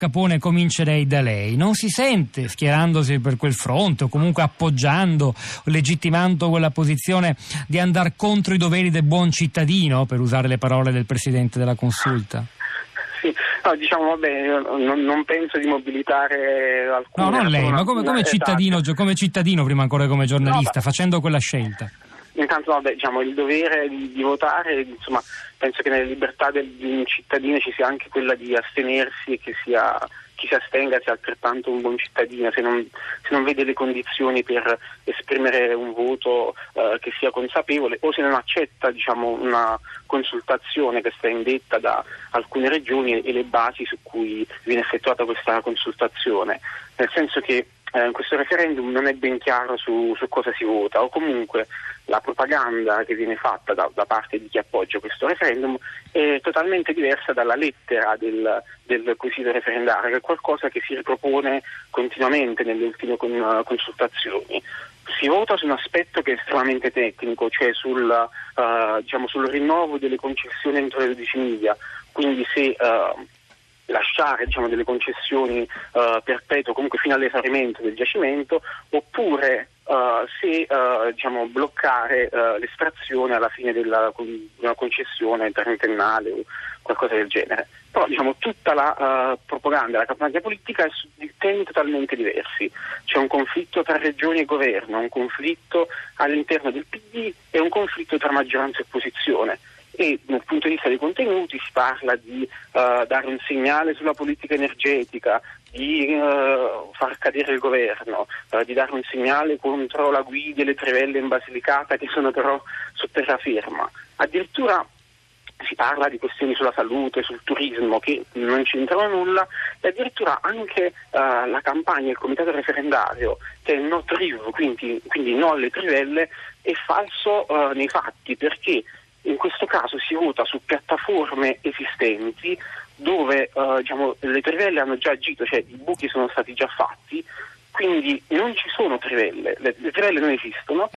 Capone, comincerei da lei. Non si sente, schierandosi per quel fronte o comunque appoggiando, legittimando quella posizione di andare contro i doveri del buon cittadino, per usare le parole del Presidente della Consulta? Sì, no, diciamo, vabbè, non penso di mobilitare alcune... No, non lei, ma come cittadino prima ancora che come giornalista, no, facendo quella scelta. Intanto, vabbè, diciamo, il dovere di votare, insomma, penso che nelle libertà di un cittadino ci sia anche quella di astenersi e che chi si astenga sia altrettanto un buon cittadino, se non vede le condizioni per esprimere un voto che sia consapevole, o se non accetta, diciamo, una consultazione che sta indetta da alcune regioni e le basi su cui viene effettuata questa consultazione, nel senso che in questo referendum non è ben chiaro su cosa si vota, o comunque la propaganda che viene fatta da parte di chi appoggia questo referendum è totalmente diversa dalla lettera del quesito referendario, che è qualcosa che si ripropone continuamente nelle ultime consultazioni. Si vota su un aspetto che è estremamente tecnico, cioè sul rinnovo delle concessioni entro le 12 miglia, quindi se lasciare, diciamo, delle concessioni perpetue comunque fino all'esaurimento del giacimento, oppure se bloccare l'estrazione alla fine di una concessione trentennale o qualcosa del genere. Però, diciamo, tutta la propaganda, la campagna politica è su temi totalmente diversi. C'è un conflitto tra regioni e governo, un conflitto all'interno del PD e un conflitto tra maggioranza e opposizione. E dal punto di vista dei contenuti si parla di dare un segnale sulla politica energetica, di far cadere il governo, di dare un segnale contro la Guidi e le trivelle in Basilicata che sono però su terraferma. Addirittura si parla di questioni sulla salute, sul turismo che non c'entrano nulla, e addirittura anche la campagna, il comitato referendario, che è no triv, quindi no alle trivelle, è falso nei fatti, perché in questo caso si vota su piattaforme esistenti dove le trivelle hanno già agito, cioè i buchi sono stati già fatti, quindi non ci sono trivelle, le trivelle non esistono.